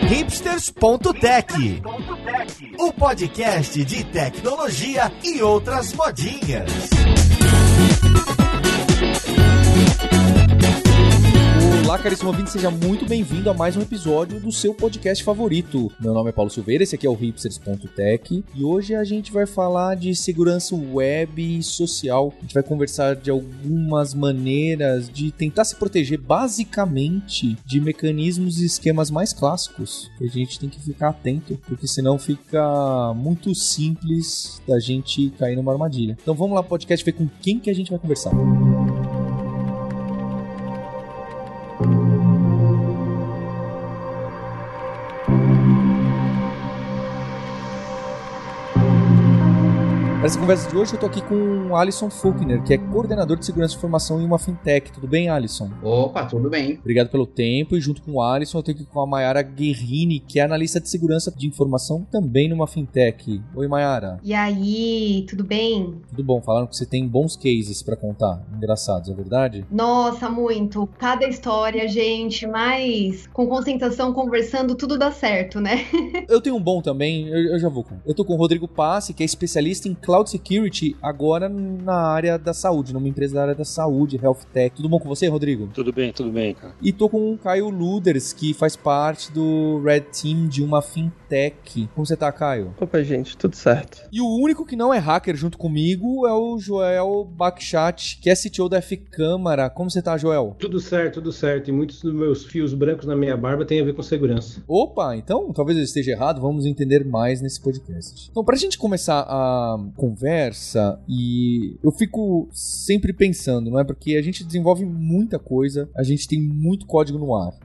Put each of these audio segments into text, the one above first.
hipsters.tech, o podcast de tecnologia e outras modinhas. Olá, caríssimo ouvinte, seja muito bem-vindo a mais um episódio do seu podcast favorito. Meu nome é Paulo Silveira, esse aqui é o hipsters.tech e hoje a gente vai falar de segurança web e social. A gente vai conversar de algumas maneiras de tentar se proteger basicamente de mecanismos e esquemas mais clássicos que a gente tem que ficar atento, porque senão fica muito simples da gente cair numa armadilha. Então vamos lá pro podcast ver com quem que a gente vai conversar. Para essa conversa de hoje eu tô aqui com o Alisson Faulkner, que é coordenador de segurança de informação em uma fintech. Tudo bem, Alisson? Opa, tudo bem. Obrigado pelo tempo. E junto com o Alisson eu tô aqui com a Mayara Guerrini, que é analista de segurança de informação também numa fintech. Oi, Mayara. E aí, tudo bem? Tudo bom. Falaram que você tem bons cases para contar, engraçados, é verdade? Nossa, muito. Cada história, gente, mas com concentração, conversando, tudo dá certo, né? Eu tenho um bom também, eu já vou com. Eu tô com o Rodrigo Passi, que é especialista em Cloud Security, agora na área da saúde, numa empresa da área da saúde, Health Tech. Tudo bom com você, Rodrigo? Tudo bem, cara. E tô com o Caio Luders, que faz parte do Red Team de uma fintech. Como você tá, Caio? Opa, gente, tudo certo. E o único que não é hacker junto comigo é o Joel Bakchat, que é CTO da F-Câmara. Como você tá, Joel? Tudo certo. E muitos dos meus fios brancos na minha barba têm a ver com segurança. Opa, então talvez eu esteja errado, vamos entender mais nesse podcast. Então, pra gente começar a conversa, e eu fico sempre pensando, não é? Porque a gente desenvolve muita coisa, a gente tem muito código no ar,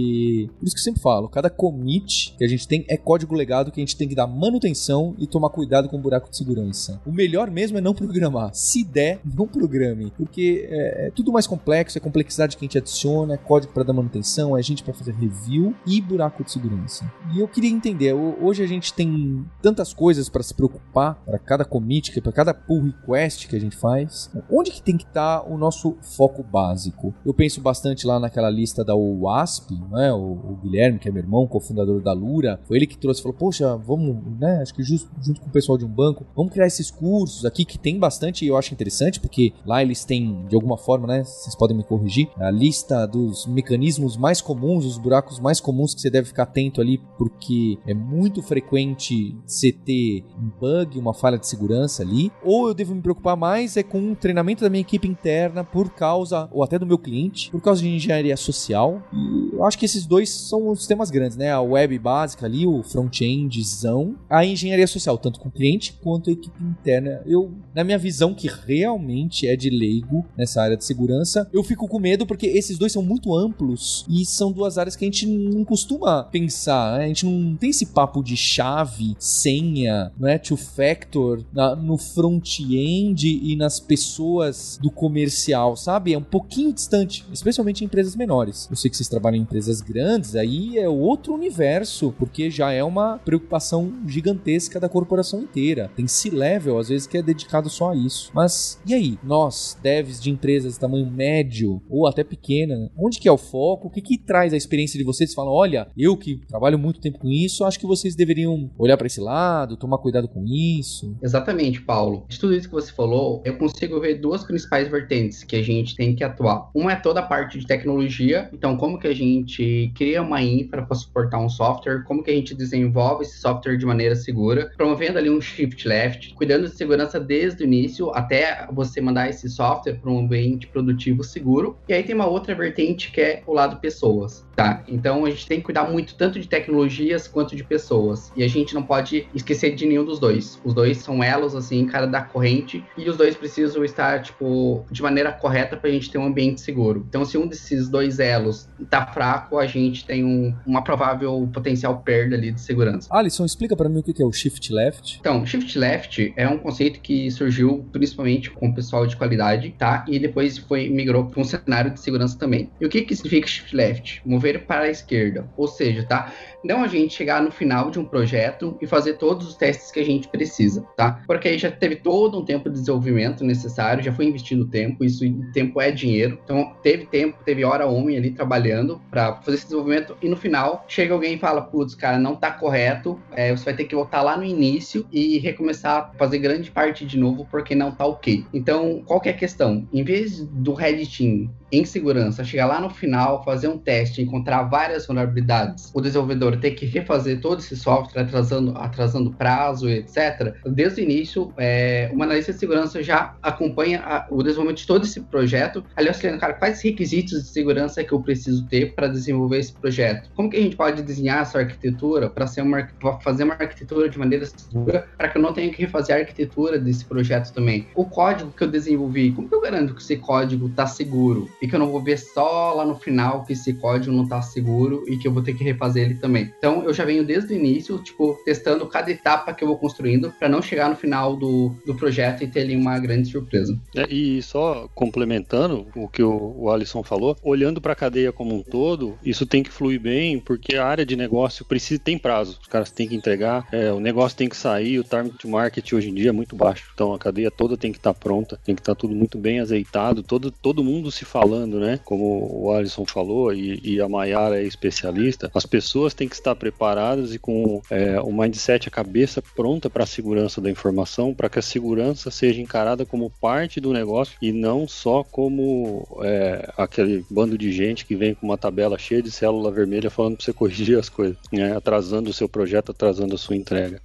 e por isso que eu sempre falo, cada commit que a gente tem é código legado que a gente tem que dar manutenção e tomar cuidado com o buraco de segurança. O melhor mesmo é não programar. Se der, não programe, porque é tudo mais complexo, é complexidade que a gente adiciona, é código para dar manutenção, é gente para fazer review e buraco de segurança. E eu queria entender, hoje a gente tem tantas coisas para se preocupar, para cada commit, para cada pull request que a gente faz, onde que tem que estar o nosso foco básico? Eu penso bastante lá naquela lista da WASP, né? O Guilherme, que é meu irmão, cofundador da Lura, foi ele que trouxe, falou, poxa, vamos, né, acho que junto com o pessoal de um banco, vamos criar esses cursos aqui, que tem bastante, e eu acho interessante, porque lá eles têm, de alguma forma, né, vocês podem me corrigir, a lista dos mecanismos mais comuns, os buracos mais comuns que você deve ficar atento ali, porque é muito frequente você ter um bug, uma falha de segurança ali, ou eu devo me preocupar mais com um treinamento da minha equipe interna por causa, ou até do meu cliente, por causa de engenharia social. E eu acho que esses dois são os temas grandes, né? A web básica ali, o front-endzão, a engenharia social, tanto com o cliente quanto a equipe interna. Eu, na minha visão, que realmente é de leigo nessa área de segurança, eu fico com medo porque esses dois são muito amplos e são duas áreas que a gente não costuma pensar, né? A gente não tem esse papo de chave, senha, né? Two-factor no front-end e nas pessoas do comercial, sabe? É um pouquinho distante, especialmente em empresas menores. Eu sei que vocês trabalham em empresas grandes, aí é outro universo, porque já é uma preocupação gigantesca da corporação inteira. Tem C-level, às vezes, que é dedicado só a isso. Mas, e aí? Nós, devs de empresas de tamanho médio ou até pequena, onde que é o foco? O que traz a experiência de vocês? Vocês falam, olha, eu que trabalho muito tempo com isso, acho que vocês deveriam olhar para esse lado, tomar cuidado com isso. Exatamente, Paulo. De tudo isso que você falou, eu consigo ver duas principais vertentes que a gente tem que atuar. Uma é toda a parte de tecnologia, então como que a gente cria uma infra para suportar um software, como que a gente desenvolve esse software de maneira segura, promovendo ali um shift left, cuidando de segurança desde o início até você mandar esse software para um ambiente produtivo seguro. E aí tem uma outra vertente que é o lado pessoas, tá? Então a gente tem que cuidar muito tanto de tecnologias quanto de pessoas. E a gente não pode esquecer de nenhum dos dois. Os dois são elos, assim, cara da corrente, e os dois precisam estar, de maneira correta pra gente ter um ambiente seguro. Então, se um desses dois elos tá fraco, a gente tem uma provável potencial perda ali de segurança. Alisson, explica pra mim o que é o Shift Left. Então, Shift Left é um conceito que surgiu principalmente com o pessoal de qualidade, tá? E depois migrou para um cenário de segurança também. E o que significa Shift Left? Mover para a esquerda. Ou seja, tá? Não a gente chegar no final de um projeto e fazer todos os testes que a gente precisa, tá? Por porque aí já teve todo um tempo de desenvolvimento necessário, já foi investido tempo, isso tempo é dinheiro, então teve tempo, teve hora homem ali trabalhando para fazer esse desenvolvimento, e no final chega alguém e fala, putz, cara, não tá correto, você vai ter que voltar lá no início e recomeçar a fazer grande parte de novo porque não tá ok. Então, qual que é a questão? Em vez do Red Team em segurança, chegar lá no final, fazer um teste, encontrar várias vulnerabilidades, o desenvolvedor ter que refazer todo esse software, atrasando prazo, etc. Desde o início, uma analista de segurança já acompanha o desenvolvimento de todo esse projeto, ali auxiliando, cara, quais requisitos de segurança que eu preciso ter para desenvolver esse projeto? Como que a gente pode desenhar essa arquitetura para fazer uma arquitetura de maneira segura, para que eu não tenha que refazer a arquitetura desse projeto também? O código que eu desenvolvi, como que eu garanto que esse código está seguro? E que eu não vou ver só lá no final que esse código não tá seguro e que eu vou ter que refazer ele também. Então, eu já venho desde o início, testando cada etapa que eu vou construindo para não chegar no final do projeto e ter ali uma grande surpresa. E só complementando o que o Alisson falou, olhando para a cadeia como um todo, isso tem que fluir bem, porque a área de negócio tem prazo. Os caras têm que entregar, o negócio tem que sair, o time to market hoje em dia é muito baixo. Então, a cadeia toda tem que estar pronta, tem que estar tudo muito bem azeitado, todo mundo se falando, né? Como o Alisson falou, e a Mayara é especialista, as pessoas têm que estar preparadas e com o mindset, a cabeça pronta para a segurança da informação, para que a segurança seja encarada como parte do negócio e não só como aquele bando de gente que vem com uma tabela cheia de célula vermelha falando para você corrigir as coisas, né? Atrasando o seu projeto, atrasando a sua entrega.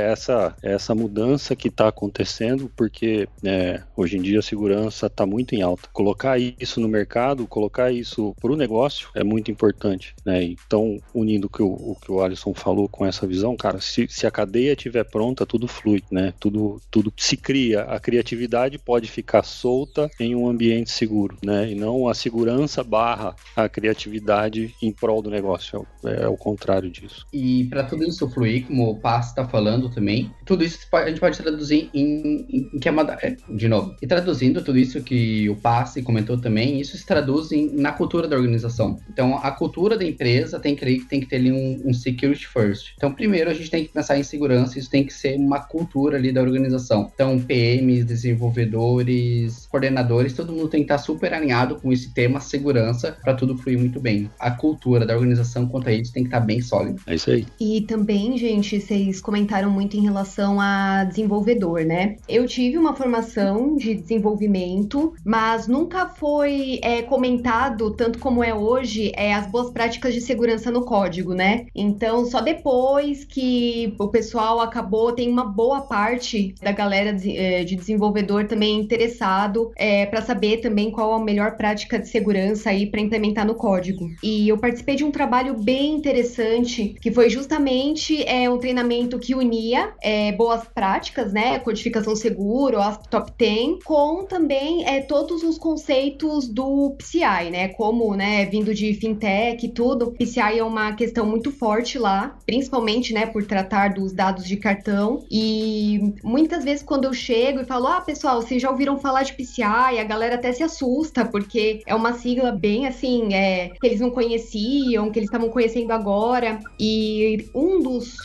Essa mudança que está acontecendo, porque hoje em dia a segurança está muito em alta. Colocar isso no mercado, colocar isso para o negócio é muito importante, né? Então, unindo o que o Alisson falou com essa visão, cara, se a cadeia estiver pronta, tudo flui, né? Tudo se cria. A criatividade pode ficar solta em um ambiente seguro, né? E não a segurança barra a criatividade em prol do negócio. É o contrário disso. E para tudo isso fluir, como o Pass está falando também, tudo isso a gente pode traduzir de novo. E traduzindo tudo isso que o Pass comentou também, isso se traduz na cultura da organização. Então, a cultura da empresa tem que ter ali um security first. Então, primeiro, a gente tem que pensar em segurança, isso tem que ser uma cultura ali da organização. Então, PMs, desenvolvedores, coordenadores, todo mundo tem que estar super alinhado com esse tema segurança para tudo fluir muito bem. A cultura da organização quanto a isso tem que estar bem sólida. É isso aí. E também, gente, vocês comentaram muito em relação a desenvolvedor, né? Eu tive uma formação de desenvolvimento, mas nunca foi comentado, tanto como é hoje, as boas práticas de segurança no código, né? Então, só depois que o pessoal tem uma boa parte da galera de desenvolvedor também interessado para saber também qual a melhor prática de segurança aí para implementar no código. E eu participei de um trabalho bem interessante, que foi justamente um treinamento que unia boas práticas, né? Codificação segura, OWASP Top 10, com também todos os conceitos do PCI, né? Como, né, vindo de fintech e tudo, PCI é uma questão muito forte lá, principalmente, né, por tratar dos dados de cartão. E muitas vezes quando eu chego e falo, pessoal, vocês já ouviram falar de PCI? A galera até se assusta, porque é uma sigla bem assim, que eles não conheciam, que eles estavam conhecendo agora. E um dos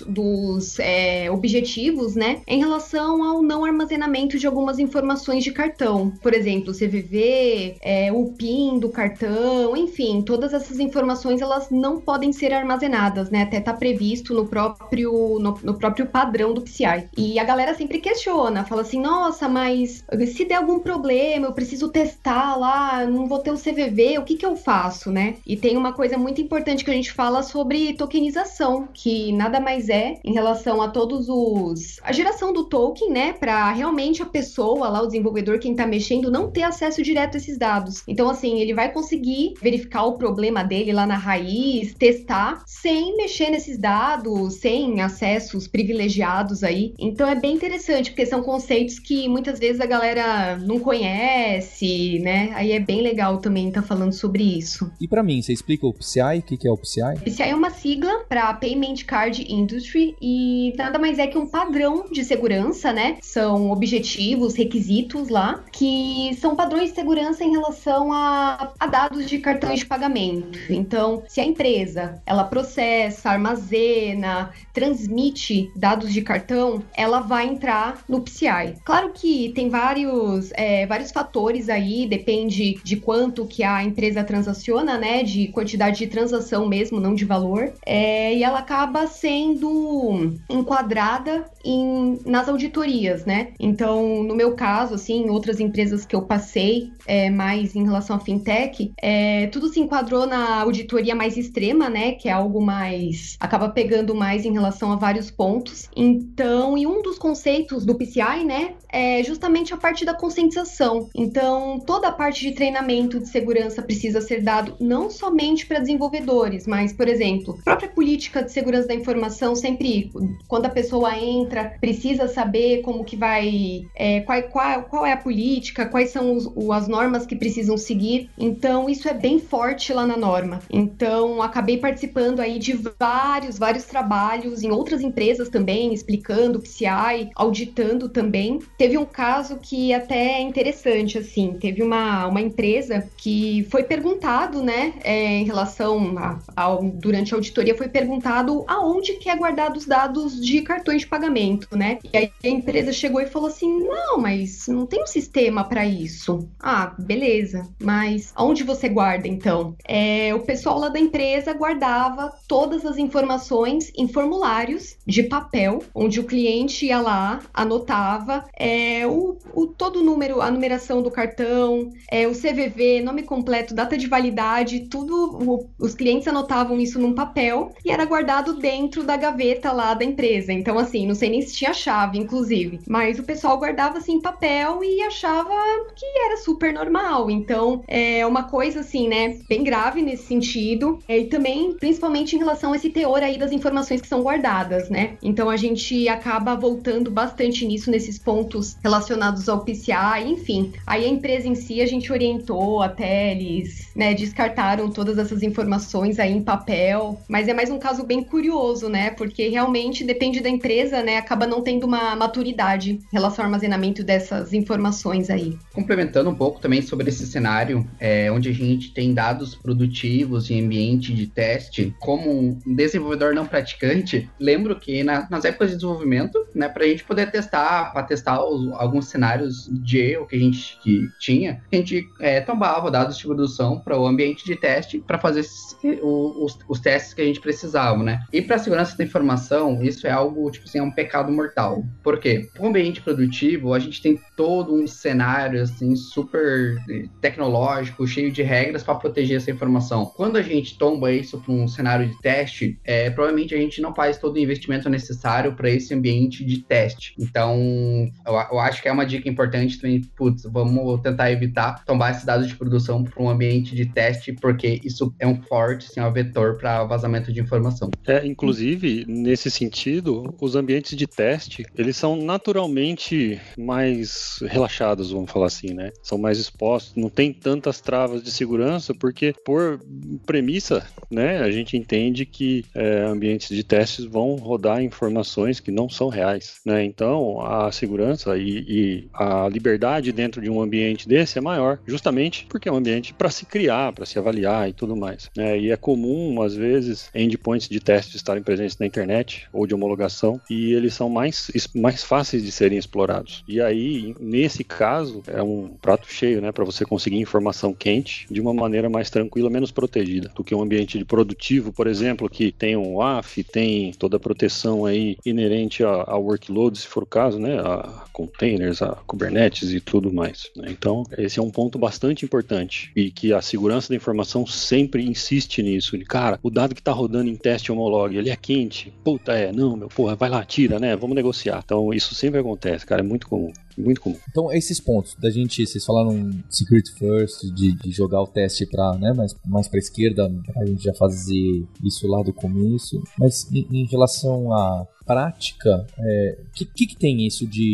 objetivos, né, é em relação ao não armazenamento de algumas informações de cartão. Por exemplo, o CVV, o PIN do cartão, enfim, todas essas informações, elas não podem ser armazenadas, né? Até tá previsto no próprio padrão do PCI. E a galera sempre questiona, fala assim, nossa, mas se der algum problema, eu preciso testar lá, não vou ter o CVV, o que eu faço, né? E tem uma coisa muito importante que a gente fala sobre tokenização, que nada mais é em relação a a geração do token, né? Para realmente a pessoa lá, o desenvolvedor, quem tá mexendo, não ter acesso direto a esses dados. Então, assim, ele vai conseguir verificar o problema dele lá na raiz, testar, sem mexer nesses dados, sem acessos privilegiados aí. Então, é bem interessante, porque são conceitos que muitas vezes a galera não conhece, né? Aí é bem legal também estar falando sobre isso. E pra mim, você explica o PCI? O que é o PCI? PCI é uma sigla para Payment Card Industry e nada mais é que um padrão de segurança, né? São objetivos, requisitos lá, que são padrões de segurança em relação relação a dados de cartões de pagamento. Então, se a empresa ela processa, armazena, transmite dados de cartão, ela vai entrar no PCI. Claro que tem vários fatores aí, depende de quanto que a empresa transaciona, né, de quantidade de transação mesmo, não de valor, e ela acaba sendo enquadrada nas auditorias, né? Então, no meu caso, assim, em outras empresas que eu passei, mais em relação à fintech, tudo se enquadrou na auditoria mais extrema, né, que é algo mais, acaba pegando mais em relação a vários pontos. Então, e um dos conceitos do PCI, né, é justamente a parte da conscientização. Então, toda a parte de treinamento de segurança precisa ser dado não somente para desenvolvedores, mas, por exemplo, a própria política de segurança da informação, sempre, quando a pessoa entra, precisa saber como que vai, qual é a política, quais são as normas que precisam seguir. Então, isso é bem forte lá na norma. Então, acabei participando aí de vários trabalhos em outras empresas também, explicando o PCI, auditando também. Teve um caso que até é interessante, assim, teve uma empresa que foi perguntado, né, em relação durante a auditoria, foi perguntado aonde que é guardado os dados de cartões de pagamento, né? E aí a empresa chegou e falou assim, não, mas não tem um sistema para isso. Ah, beleza, mas aonde você guarda, então? O pessoal lá da empresa guardava todas as informações em formulários de papel, onde o cliente ia lá, anotava todo o número, a numeração do cartão, o CVV, nome completo, data de validade, tudo, os clientes anotavam isso num papel e era guardado dentro da gaveta lá da empresa. Então, assim, não sei nem se tinha chave, inclusive, mas o pessoal guardava, assim, em papel e achava que era super normal. Então, é uma coisa, assim, né, bem grave nesse sentido, e também, principalmente em relação a esse teor aí das informações que são guardadas, né? Então, a gente acaba voltando bastante nisso, nesses pontos relacionados ao PCI, enfim. Aí a empresa em si, a gente orientou até eles, né, descartaram todas essas informações aí em papel, mas é mais um caso bem curioso, né? Porque realmente depende da empresa, né? Acaba não tendo uma maturidade em relação ao armazenamento dessas informações aí. Complementando um pouco também sobre esse cenário, onde a gente tem dados produtivos em ambiente de teste, como um desenvolvedor não praticante, lembro que nas épocas de desenvolvimento, né, para a gente poder testar, alguns cenários de erro que a gente tinha, a gente tomava dados de produção para o ambiente de teste para fazer os testes que a gente precisava, né? E para a segurança da informação, isso é algo, tipo assim, é um pecado mortal. Por quê? No ambiente produtivo, a gente tem todo um cenário, assim, super tecnológico, cheio de regras para proteger essa informação. Quando a gente tomba isso para um cenário de teste, provavelmente a gente não faz todo o investimento necessário para esse ambiente de teste. Então, eu acho que é uma dica importante também, vamos tentar evitar tombar esses dados de produção para um ambiente de teste, porque isso é um forte, assim, um vetor para vazamento de informação. Inclusive, nesse sentido, os ambientes de teste, eles são naturalmente mais relaxados, vamos falar assim, né? São mais expostos, não tem tantas travas de segurança, porque por premissa, né, a gente entende que ambientes de testes vão rodar informações que não são reais, né? Então, a segurança e a liberdade dentro de um ambiente desse é maior, justamente porque é um ambiente para se criar, para se avaliar e tudo mais, né? E é comum, às vezes, endpoints de testes estarem presentes na internet ou de homologação, e eles são mais fáceis de serem explorados. E aí, nesse caso, é um prato cheio, né, para você conseguir informação quente de uma maneira mais tranquila, menos protegida do que um ambiente de produtivo, por exemplo, que tem um WAF, tem toda a proteção aí inerente a workload, se for o caso, né, a containers, a Kubernetes e tudo mais, né? Então, esse é um ponto bastante importante e que a segurança da informação sempre insiste nisso. Cara, o dado que tá rodando em teste homolog, ele é quente? Vai lá, tira, né? Vamos negociar. Então, isso sempre acontece, cara, é muito comum. Muito comum. Então, esses pontos da gente, vocês falaram security first, de jogar o teste para, né, mais para esquerda, a gente já fazer isso lá do começo, mas em relação à prática, que tem isso de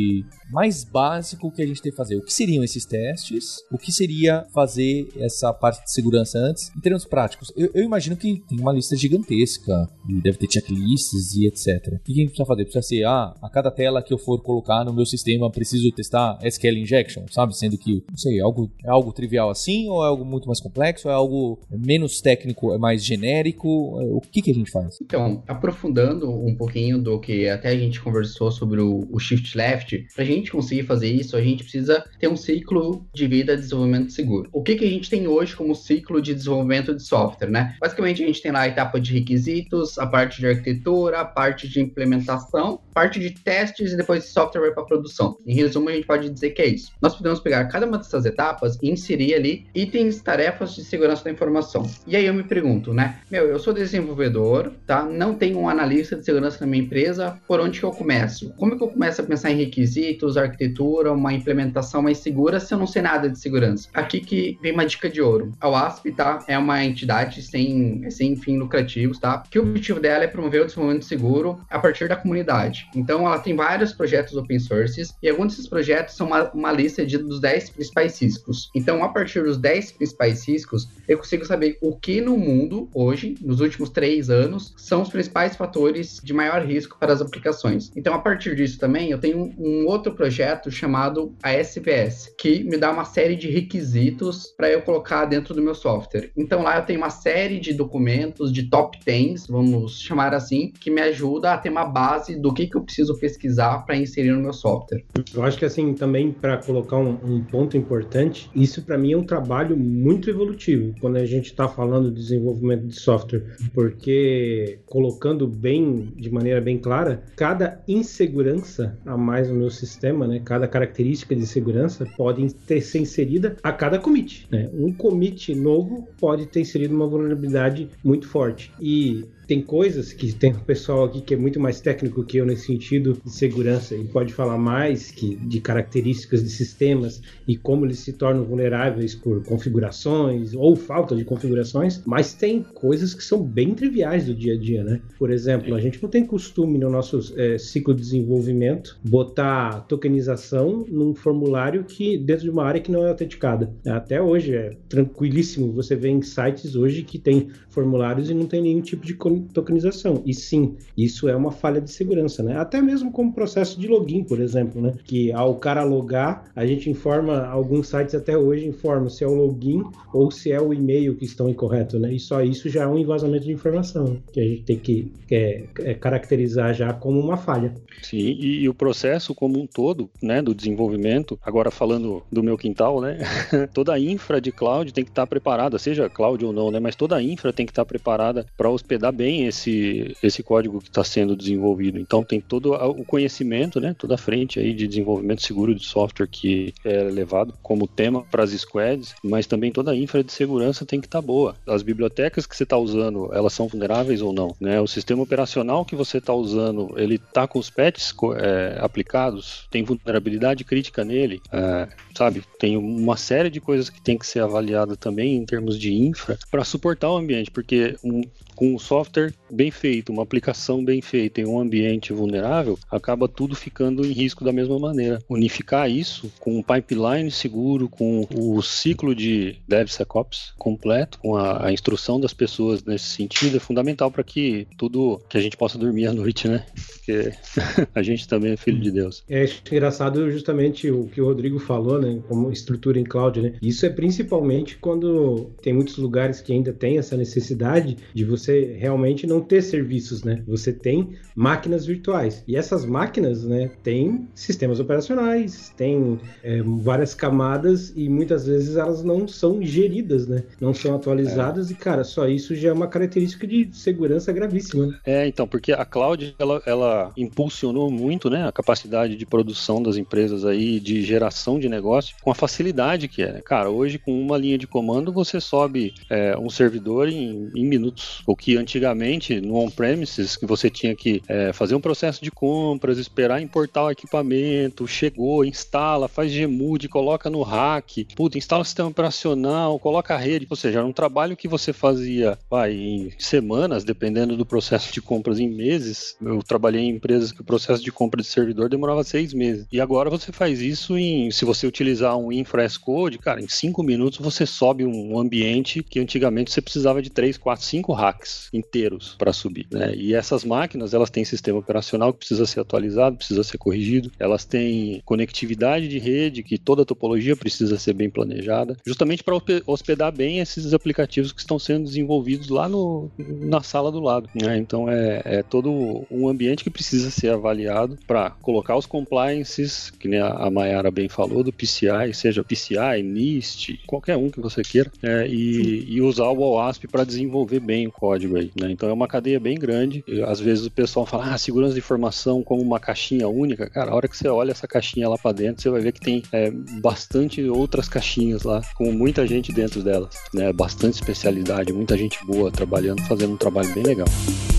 mais básico que a gente tem que fazer. O que seriam esses testes? O que seria fazer essa parte de segurança antes? Em termos práticos, eu imagino que tem uma lista gigantesca e deve ter checklists e etc. O que a gente precisa fazer? Precisa ser, a cada tela que eu for colocar no meu sistema, preciso testar SQL Injection, sabe? Sendo que, não sei, é algo trivial assim, ou é algo muito mais complexo, ou é algo menos técnico, é mais genérico? O que a gente faz? Então, aprofundando um pouquinho do que até a gente conversou sobre o Shift Left, para a gente conseguir fazer isso, a gente precisa ter um ciclo de vida de desenvolvimento seguro. O que a gente tem hoje como ciclo de desenvolvimento de software, né? Basicamente, a gente tem lá a etapa de requisitos, a parte de arquitetura, a parte de implementação, parte de testes e depois esse software vai para produção. Em resumo, a gente pode dizer que é isso. Nós podemos pegar cada uma dessas etapas e inserir ali itens, tarefas de segurança da informação. E aí eu me pergunto, né? Eu sou desenvolvedor, tá? Não tenho um analista de segurança na minha empresa, por onde que eu começo? Como que eu começo a pensar em requisitos, arquitetura, uma implementação mais segura se eu não sei nada de segurança? Aqui que vem uma dica de ouro. A WASP, tá? É uma entidade sem fins lucrativos, tá? Que o objetivo dela é promover o desenvolvimento seguro a partir da comunidade. Então, ela tem vários projetos open source e alguns desses projetos são uma lista dos 10 principais riscos. Então, a partir dos 10 principais riscos, eu consigo saber o que no mundo, hoje, nos últimos 3 anos, são os principais fatores de maior risco para as aplicações. Então, a partir disso também, eu tenho um outro projeto chamado ASVS, que me dá uma série de requisitos para eu colocar dentro do meu software. Então, lá eu tenho uma série de documentos, de top 10, vamos chamar assim, que me ajuda a ter uma base do que eu preciso pesquisar para inserir no meu software. Eu acho que assim, também para colocar um ponto importante, isso para mim é um trabalho muito evolutivo, quando a gente está falando de desenvolvimento de software, porque colocando de maneira bem clara, cada insegurança a mais no meu sistema, né, cada característica de segurança pode ser inserida a cada commit, né? Um commit novo pode ter inserido uma vulnerabilidade muito forte. E tem coisas que tem um pessoal aqui que é muito mais técnico que eu nesse sentido de segurança e pode falar mais de características de sistemas e como eles se tornam vulneráveis por configurações ou falta de configurações, mas tem coisas que são bem triviais do dia a dia, né? Por exemplo, a gente não tem costume no nosso ciclo de desenvolvimento botar tokenização num formulário que dentro de uma área que não é autenticada. Até hoje é tranquilíssimo, você vê em sites hoje que tem formulários e não tem nenhum tipo de tokenização. E sim, isso é uma falha de segurança, né? Até mesmo como processo de login, por exemplo, né? Que ao cara logar, a gente informa, alguns sites até hoje informam se é o login ou se é o e-mail que estão incorreto, né? E só isso já é um vazamento de informação, que a gente tem que caracterizar já como uma falha. Sim, e o processo como um todo, né, do desenvolvimento, agora falando do meu quintal, né? Toda a infra de cloud tem que estar preparada, seja cloud ou não, né? Mas toda a infra tem que estar preparada para hospedar bem esse código que está sendo desenvolvido. Então tem todo o conhecimento, né, toda a frente aí de desenvolvimento seguro de software que é levado como tema para as squads, mas também toda a infra de segurança tem que estar boa. As bibliotecas que você está usando, elas são vulneráveis ou não, né? O sistema operacional que você está usando, ele está com os patches aplicados, tem vulnerabilidade crítica nele, sabe? Tem uma série de coisas que tem que ser avaliada também em termos de infra para suportar o ambiente, porque com um software bem feito, uma aplicação bem feita em um ambiente vulnerável, acaba tudo ficando em risco da mesma maneira. Unificar isso com um pipeline seguro, com o ciclo de DevSecOps completo, com a instrução das pessoas nesse sentido, é fundamental para que a gente possa dormir à noite, né? Porque a gente também é filho de Deus. É engraçado justamente o que o Rodrigo falou, né? Como estrutura em cloud, né? Isso é principalmente quando tem muitos lugares que ainda tem essa necessidade de você realmente não ter serviços, né? Você tem máquinas virtuais. E essas máquinas, né, têm sistemas operacionais, têm várias camadas e muitas vezes elas não são geridas, né? Não são atualizadas e, cara, só isso já é uma característica de segurança gravíssima. Né? Então, porque a cloud, ela impulsionou muito, né, a capacidade de produção das empresas aí, de geração de negócio, com a facilidade que é, né? Cara, hoje com uma linha de comando você sobe um servidor em minutos, o que antigamente antigamente, no on-premises, que você tinha que fazer um processo de compras, esperar importar o equipamento, chegou, instala, faz Gmood, coloca no rack, instala o sistema operacional, coloca a rede, ou seja, era um trabalho que você fazia em semanas, dependendo do processo de compras, em meses. Eu trabalhei em empresas que o processo de compra de servidor demorava 6 meses. E agora você faz isso se você utilizar um infra as code, cara, em 5 minutos você sobe um ambiente que antigamente você precisava de 3, 4, 5 racks inteiros para subir, né? E essas máquinas, elas têm sistema operacional que precisa ser atualizado, precisa ser corrigido, elas têm conectividade de rede, que toda a topologia precisa ser bem planejada, justamente para hospedar bem esses aplicativos que estão sendo desenvolvidos lá na sala do lado, né? Então é todo um ambiente que precisa ser avaliado para colocar os compliances, que nem a Mayara bem falou, do PCI, seja PCI, NIST, qualquer um que você queira, e usar o OWASP para desenvolver bem o código aí, né? Então é uma cadeia bem grande. Às vezes o pessoal fala, segurança de informação como uma caixinha única. Cara, a hora que você olha essa caixinha lá para dentro, você vai ver que tem bastante outras caixinhas lá, com muita gente dentro delas, né? Bastante especialidade, muita gente boa trabalhando, fazendo um trabalho bem legal.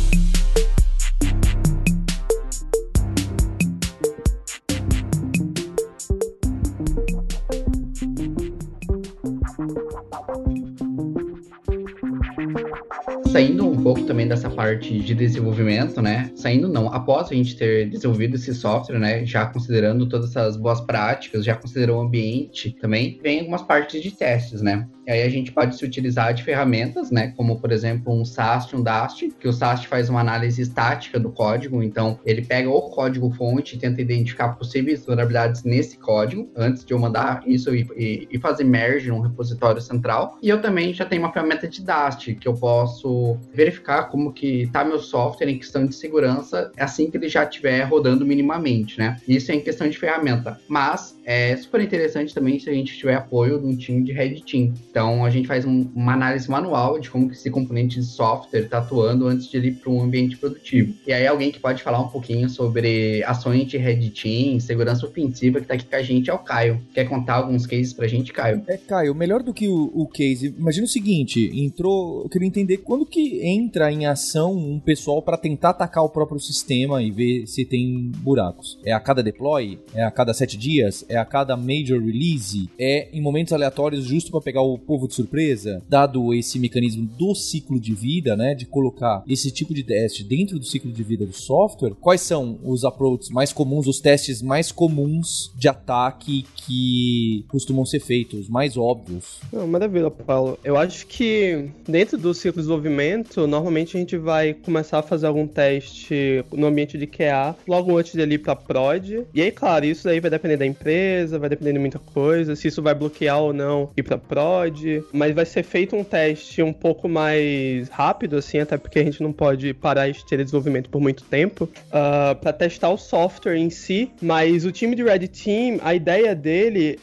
Saindo um pouco também dessa parte de desenvolvimento, né? Saindo não, após a gente ter desenvolvido esse software, né? Já considerando todas essas boas práticas, já considerou o ambiente também, vem algumas partes de testes, né? E aí a gente pode se utilizar de ferramentas, né? Como, por exemplo, um SAST, um DAST, que o SAST faz uma análise estática do código, então ele pega o código-fonte e tenta identificar possíveis vulnerabilidades nesse código, antes de eu mandar isso e fazer merge num repositório central. E eu também já tenho uma ferramenta de DAST, que eu posso verificar como que tá meu software em questão de segurança assim que ele já estiver rodando minimamente, né? Isso é em questão de ferramenta. Mas é super interessante também se a gente tiver apoio de um time de Red Team. Então, a gente faz uma análise manual de como que esse componente de software está atuando antes de ir para um ambiente produtivo. E aí, alguém que pode falar um pouquinho sobre ações de Red Team, segurança ofensiva, que está aqui com a gente é o Caio. Quer contar alguns cases para a gente, Caio? Caio, melhor do que o case, imagina o seguinte, eu queria entender quando que entra em ação um pessoal para tentar atacar o próprio sistema e ver se tem buracos. É a cada deploy? É a cada 7 dias? É a cada major release? É em momentos aleatórios justo para pegar o povo de surpresa? Dado esse mecanismo do ciclo de vida, né, de colocar esse tipo de teste dentro do ciclo de vida do software, quais são os approaches mais comuns, os testes mais comuns de ataque que costumam ser feitos, mais óbvios? Maravilha, Paulo. Eu acho que dentro do ciclo de desenvolvimento, normalmente a gente vai começar a fazer algum teste no ambiente de QA logo antes de ir para prod. E aí, claro, isso aí vai depender da empresa, vai depender de muita coisa, se isso vai bloquear ou não ir para prod, mas vai ser feito um teste um pouco mais rápido, assim, até porque a gente não pode parar esse desenvolvimento por muito tempo, para testar o software em si. Mas o time de Red Team, a ideia dele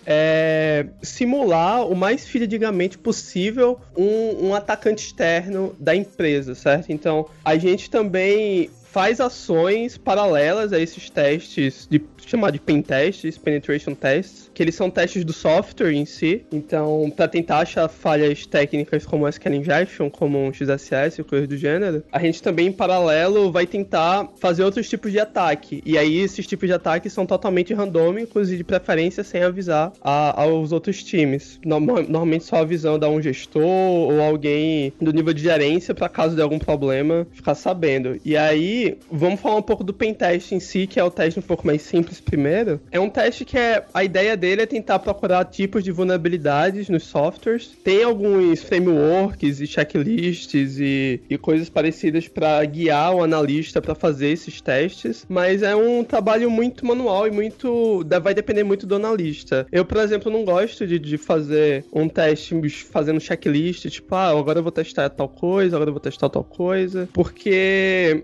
é simular o mais fidedigamente possível um atacante externo da empresa, certo? Então, a gente também faz ações paralelas a esses testes, chamar de pen tests, penetration tests, que eles são testes do software em si. Então, para tentar achar falhas técnicas como SQL injection, como um XSS, coisas do gênero, a gente também, em paralelo, vai tentar fazer outros tipos de ataque. E aí, esses tipos de ataque são totalmente randômicos e, de preferência, sem avisar aos outros times. Normalmente, só avisando a um gestor ou alguém do nível de gerência, para caso de algum problema, ficar sabendo. E aí, vamos falar um pouco do pen test em si, que é o teste um pouco mais simples primeiro. É um teste que a ideia dele é tentar procurar tipos de vulnerabilidades nos softwares. Tem alguns frameworks e checklists e coisas parecidas para guiar o analista para fazer esses testes, mas é um trabalho muito manual e vai depender muito do analista. Eu, por exemplo, não gosto de fazer um teste fazendo checklist, tipo, agora eu vou testar tal coisa, agora eu vou testar tal coisa, porque como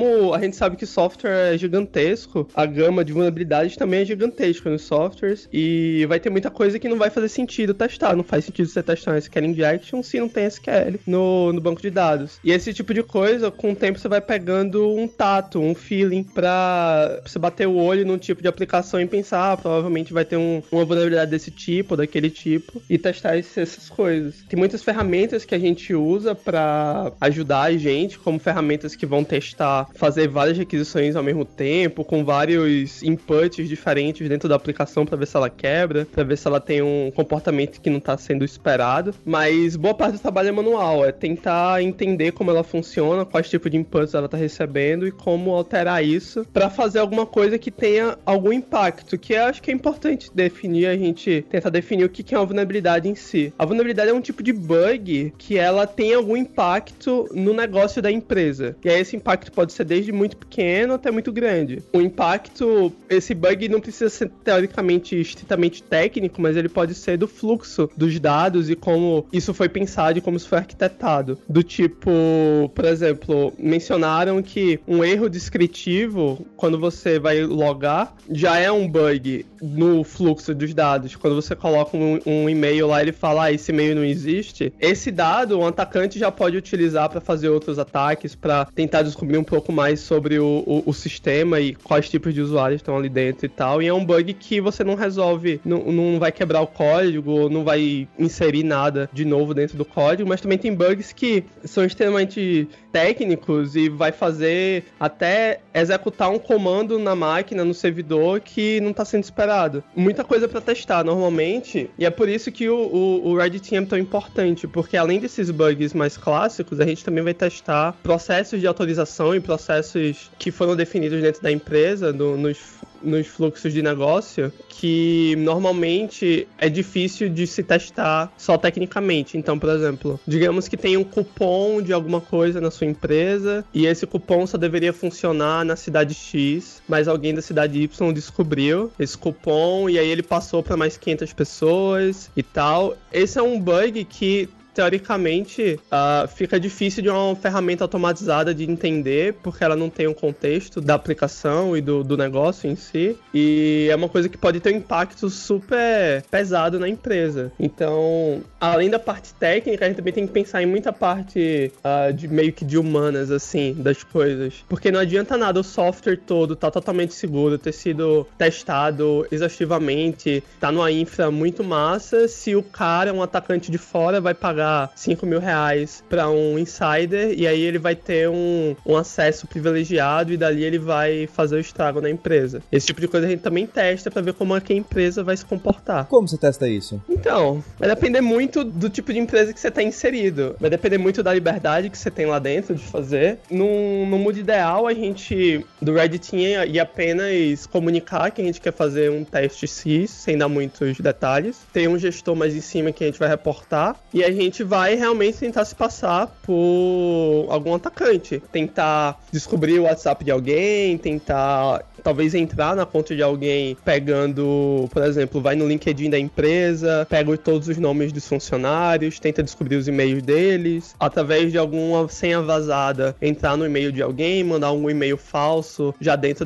como a gente sabe que software é gigantesco, a gama de vulnerabilidades também é gigantesca nos softwares, e vai ter muita coisa que não vai fazer sentido testar. Não faz sentido você testar um SQL injection se não tem SQL no banco de dados. E esse tipo de coisa, com o tempo você vai pegando um tato, um feeling pra você bater o olho num tipo de aplicação e pensar, provavelmente vai ter uma vulnerabilidade desse tipo, daquele tipo, e testar essas coisas. Tem muitas ferramentas que a gente usa pra ajudar a gente, como ferramentas que vão testar, fazer várias requisições ao mesmo tempo, com vários inputs diferentes dentro da aplicação pra ver se ela quebra, pra ver se ela tem um comportamento que não tá sendo esperado. Mas boa parte do trabalho é manual, é tentar entender como ela funciona, quais tipos de inputs ela tá recebendo e como alterar isso pra fazer alguma coisa que tenha algum impacto, que eu acho que é importante definir, a gente tentar definir o que é uma vulnerabilidade em si. A vulnerabilidade é um tipo de bug que ela tem algum impacto no negócio da empresa. E aí esse impacto pode ser desde muito pequeno até muito grande. O impacto, esse bug não precisa ser teoricamente estritamente técnico, mas ele pode ser do fluxo dos dados e como isso foi pensado e como isso foi arquitetado. Do tipo, por exemplo, mencionaram que um erro descritivo, quando você vai logar, já é um bug no fluxo dos dados. Quando você coloca um e-mail lá, ele fala, esse e-mail não existe. Esse dado, o atacante já pode utilizar para fazer outros ataques, para tentar descobrir um pouco mais sobre o sistema e quais tipos de usuários estão ali dentro e tal. E é um bug que você não resolve, não vai quebrar o código, não vai inserir nada de novo dentro do código, mas também tem bugs que são extremamente técnicos e vai fazer até executar um comando na máquina, no servidor, que não está sendo esperado. Muita coisa para testar normalmente, e é por isso que o Red Team é tão importante, porque além desses bugs mais clássicos, a gente também vai testar processos de autorização e processos que foram definidos dentro da empresa, nos fluxos de negócio, que normalmente é difícil de se testar só tecnicamente. Então, por exemplo, digamos que tem um cupom de alguma coisa na sua empresa e esse cupom só deveria funcionar na cidade X, mas alguém da cidade Y descobriu esse cupom e aí ele passou para mais 500 pessoas e tal. Esse é um bug que teoricamente, fica difícil de uma ferramenta automatizada de entender, porque ela não tem um contexto da aplicação e do negócio em si, e é uma coisa que pode ter um impacto super pesado na empresa. Então, além da parte técnica, a gente também tem que pensar em muita parte de meio que de humanas, assim, das coisas. Porque não adianta nada o software todo estar totalmente seguro, ter sido testado exaustivamente, tá numa infra muito massa, se o cara, um atacante de fora, vai pagar R$5.000 para um insider e aí ele vai ter um acesso privilegiado e dali ele vai fazer o estrago na empresa. Esse tipo de coisa a gente também testa para ver como é que a empresa vai se comportar. Como você testa isso? Então, vai depender muito do tipo de empresa que você está inserido. Vai depender muito da liberdade que você tem lá dentro de fazer. No mundo ideal, a gente, do Red Team, ia apenas comunicar que a gente quer fazer um teste SIS, sem dar muitos detalhes. Tem um gestor mais em cima que a gente vai reportar e a gente vai realmente tentar se passar por algum atacante. Tentar descobrir o WhatsApp de alguém, tentar talvez entrar na conta de alguém pegando, por exemplo, vai no LinkedIn da empresa, pega todos os nomes dos funcionários, tenta descobrir os e-mails deles, através de alguma senha vazada, entrar no e-mail de alguém, mandar um e-mail falso já dentro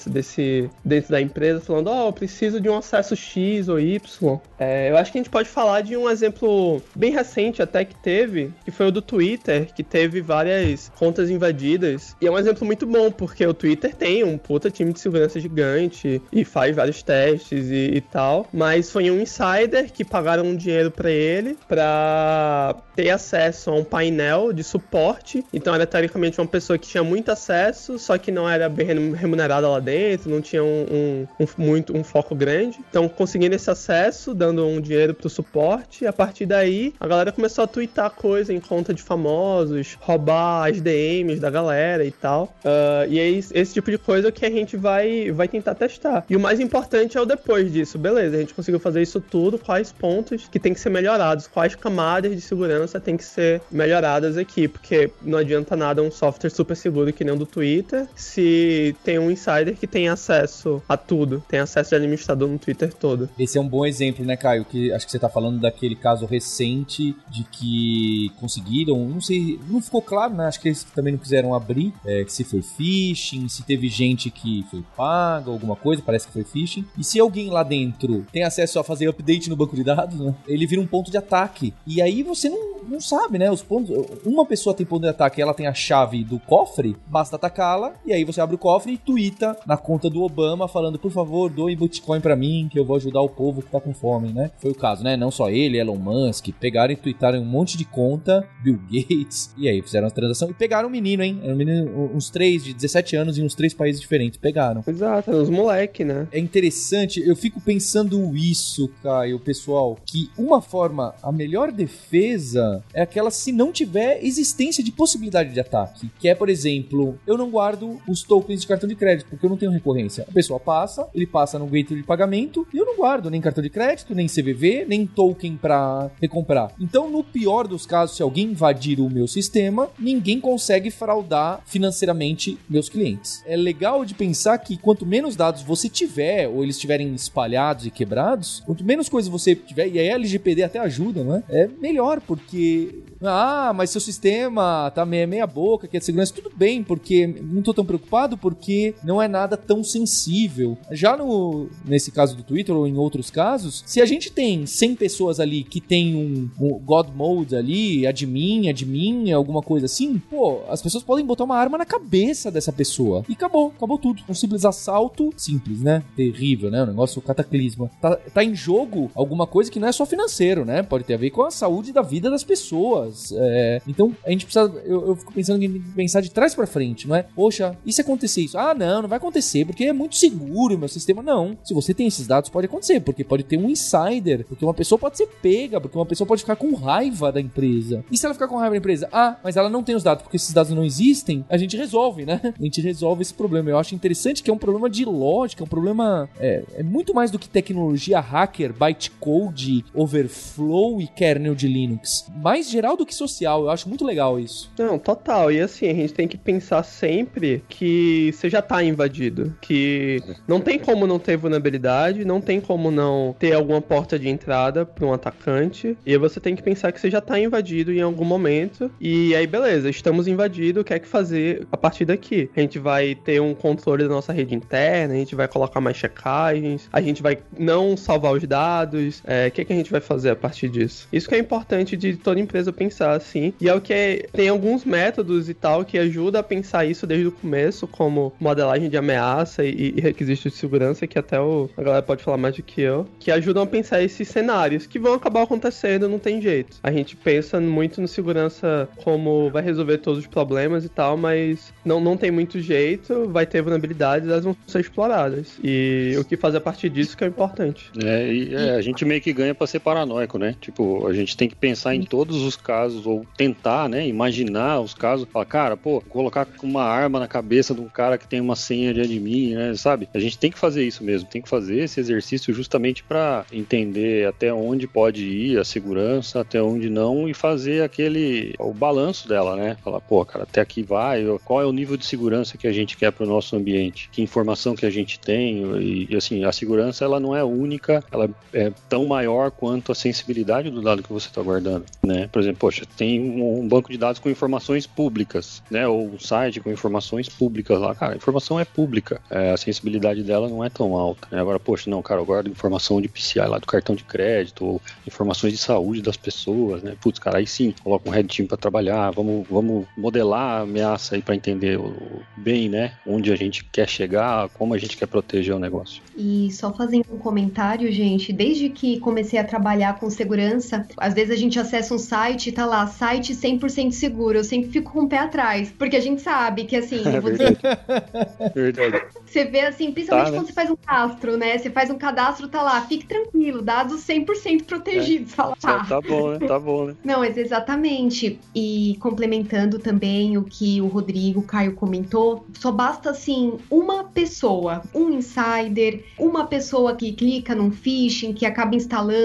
dentro da empresa, falando, eu preciso de um acesso X ou Y. Eu acho que a gente pode falar de um exemplo bem recente até que teve, que foi o do Twitter, que teve várias contas invadidas, e é um exemplo muito bom, porque o Twitter tem um puta time de segurança gigante e faz vários testes e tal, mas foi um insider que pagaram um dinheiro pra ele pra ter acesso a um painel de suporte. Então era teoricamente uma pessoa que tinha muito acesso, só que não era bem remunerada lá dentro, não tinha um foco grande. Então conseguindo esse acesso, dando um dinheiro pro suporte, e a partir daí a galera começou a twittar coisa em conta de famosos, roubar as DMs da galera e tal. E é esse tipo de coisa que a gente vai tentar testar. E o mais importante é o depois disso. Beleza, a gente conseguiu fazer isso tudo, quais pontos que tem que ser melhorados, quais camadas de segurança tem que ser melhoradas aqui, porque não adianta nada um software super seguro que nem o do Twitter, se tem um insider que tem acesso a tudo, tem acesso de administrador no Twitter todo. Esse é um bom exemplo, né, Caio? Que acho que você tá falando daquele caso recente de que conseguiram, não sei, não ficou claro, né? Acho que eles também não quiseram abrir, se foi phishing, se teve gente que foi paga, alguma coisa, parece que foi phishing. E se alguém lá dentro tem acesso a fazer update no banco de dados, né? Ele vira um ponto de ataque. E aí você não sabe, né? Os pontos. Uma pessoa tem ponto de ataque e ela tem a chave do cofre, basta atacá-la, e aí você abre o cofre e tuita na conta do Obama falando, por favor, doe Bitcoin pra mim, que eu vou ajudar o povo que tá com fome, né? Foi o caso, né? Não só ele, Elon Musk, pegaram e tuitaram um monte de conta, Bill Gates, e aí fizeram a transação e pegaram um menino, hein? Era um menino, uns 3 de 17 anos em uns 3 países diferentes, pegaram. Exato, os moleque, né? É interessante, eu fico pensando isso, Caio, pessoal, que uma forma, a melhor defesa é aquela se não tiver existência de possibilidade de ataque, que é, por exemplo, eu não guardo os tokens de cartão de crédito, porque eu não tenho recorrência. A pessoa passa, ele passa no gateway de pagamento, e eu não guardo nem cartão de crédito, nem CVV, nem token pra recomprar. Então, no pior dos casos, se alguém invadir o meu sistema, ninguém consegue fraudar financeiramente meus clientes. É legal de pensar que quanto menos dados você tiver, ou eles estiverem espalhados e quebrados, quanto menos coisas você tiver, e a LGPD até ajuda, né? É melhor, porque... mas seu sistema tá meia boca, que é de segurança, tudo bem, porque não tô tão preocupado, porque não é nada tão sensível. Já nesse caso do Twitter, ou em outros casos, se a gente tem 100 pessoas ali que tem um God Mode ali, admin, alguma coisa assim, pô, as pessoas podem botar uma arma na cabeça dessa pessoa. E acabou tudo. Um simples assalto, simples, né? Terrível, né? Um negócio cataclisma. Tá em jogo alguma coisa que não é só financeiro, né? Pode ter a ver com a saúde da vida das pessoas. Então, a gente precisa... Eu fico pensando em pensar de trás pra frente, não é? Poxa, e se acontecer isso? Não vai acontecer, porque é muito seguro o meu sistema. Não. Se você tem esses dados, pode acontecer, porque pode ter um insider, porque uma pessoa pode ser pega, porque uma pessoa pode ficar com raiva da empresa. E se ela ficar com raiva da empresa? Mas ela não tem os dados, porque esses dados não existem, a gente resolve, né? A gente resolve esse problema. Eu acho interessante que é um problema de lógica, é um problema... É muito mais do que tecnologia hacker, bytecode, overflow e kernel de Linux. Mais geral do que social. Eu acho muito legal isso. Não, total. E assim, a gente tem que pensar sempre que você já tá invadido. Que não tem como não ter vulnerabilidade, não tem como não ter alguma porta de entrada para um atacante. E aí você tem que pensar que você já tá invadido em algum momento. E aí, beleza, estamos invadidos, o que é que fazer a partir daqui? A gente vai ter um controle da nossa rede interna, a gente vai colocar mais checagens, a gente vai não salvar os dados. O que é que a gente vai fazer a partir disso? Isso que é importante de toda empresa pensar assim. E é o que tem alguns métodos e tal que ajudam a pensar isso desde o começo, como modelagem de ameaça e requisitos de segurança, que até a galera pode falar mais do que eu, que ajudam a pensar esses cenários que vão acabar acontecendo, não tem jeito. A gente pensa muito no segurança como vai resolver todos os problemas e tal, mas não tem muito jeito, vai ter vulnerabilidades, elas vão ser exploradas. E o que fazer a partir disso que é importante. A gente meio que ganha pra ser paranoico, né? Tipo, a gente tem que pensar em todos os casos, ou tentar, né, imaginar os casos, falar, cara, colocar uma arma na cabeça de um cara que tem uma senha de admin, né, sabe? A gente tem que fazer isso mesmo, tem que fazer esse exercício justamente pra entender até onde pode ir a segurança, até onde não, e fazer o balanço dela, né? Falar, cara, até aqui vai, qual é o nível de segurança que a gente quer pro nosso ambiente, que informação que a gente tem, e assim, a segurança, ela não é única, ela é tão maior quanto a sensibilidade do dado que você está guardando, né? Por exemplo, tem um banco de dados com informações públicas, né? Ou um site com informações públicas lá, cara, a informação é pública, a sensibilidade dela não é tão alta, né? Agora, eu guardo informação de PCI lá do cartão de crédito, ou informações de saúde das pessoas, né? Putz, cara, aí sim, coloca um red team pra trabalhar, vamos modelar a ameaça aí pra entender bem, né? Onde a gente quer chegar, como a gente quer proteger o negócio. E só fazendo um comentário, gente, desde que comecei a trabalhar com segurança, às vezes a gente acessa um site e tá lá, site 100% seguro, eu sempre fico com o pé atrás, porque a gente sabe que assim, Verdade. Você vê assim, principalmente quando você faz um cadastro, né? Você faz um cadastro, tá lá, fique tranquilo, dados 100% protegidos. Fala, tá bom, né? Tá bom, né? Não, mas exatamente. E complementando também o que o Rodrigo, o Caio comentou, só basta assim, uma pessoa, um insider, uma pessoa que clica num phishing, que acaba instalando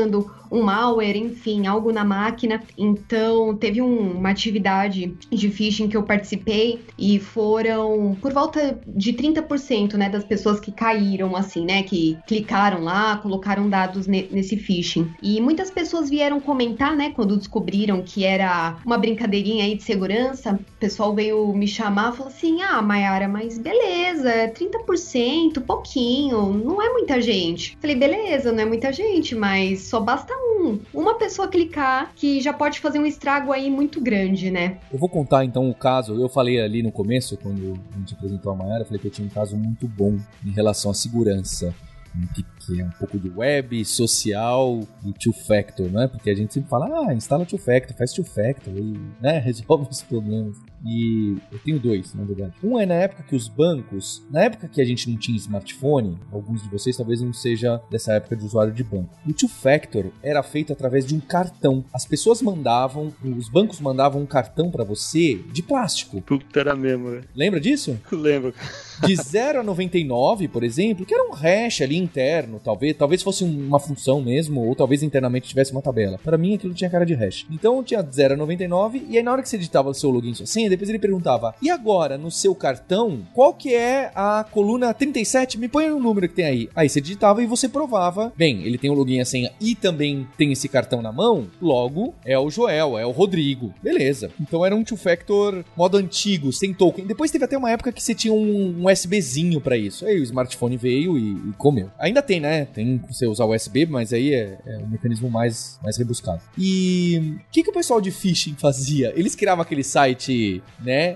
um malware, enfim, algo na máquina. Então, teve uma atividade de phishing que eu participei e foram por volta de 30%, né, das pessoas que caíram, assim, né, que clicaram lá, colocaram dados nesse phishing. E muitas pessoas vieram comentar, né, quando descobriram que era uma brincadeirinha aí de segurança. O pessoal veio me chamar e falou assim: ah, Mayara, mas beleza, 30%, pouquinho, não é muita gente. Falei, beleza, não é muita gente, mas só basta uma pessoa clicar que já pode fazer um estrago aí muito grande, né? Eu vou contar então o caso. Eu falei ali no começo, quando a gente apresentou a Mayara, eu falei que eu tinha um caso muito bom em relação à segurança, que é um pouco de web, social e two-factor, né? Porque a gente sempre fala, instala two-factor, faz two-factor e, né, resolve os problemas. E eu tenho dois, na verdade. Um é na época que os bancos, na época que a gente não tinha smartphone, alguns de vocês talvez não seja dessa época de usuário de banco. O two-factor era feito através de um cartão. As pessoas os bancos mandavam um cartão pra você de plástico. Puta, era mesmo, velho. Lembra disso? Lembro. De 0 a 99, por exemplo, que era um hash ali interno, talvez fosse uma função mesmo, ou talvez internamente tivesse uma tabela. Para mim, aquilo tinha cara de hash. Então, tinha 0 a 99, e aí na hora que você digitava o seu login e sua senha, depois ele perguntava, e agora, no seu cartão, qual que é a coluna 37? Me põe o número que tem aí. Aí você digitava e você provava. Bem, ele tem o login e a senha e também tem esse cartão na mão, logo é o Joel, é o Rodrigo. Beleza. Então era um two-factor modo antigo, sem token. Depois teve até uma época que você tinha um USBzinho pra isso. Aí o smartphone veio e comeu. Ainda tem, né? Tem você usar o USB, mas aí é um mecanismo mais rebuscado. E o que o pessoal de phishing fazia? Eles criavam aquele site, né?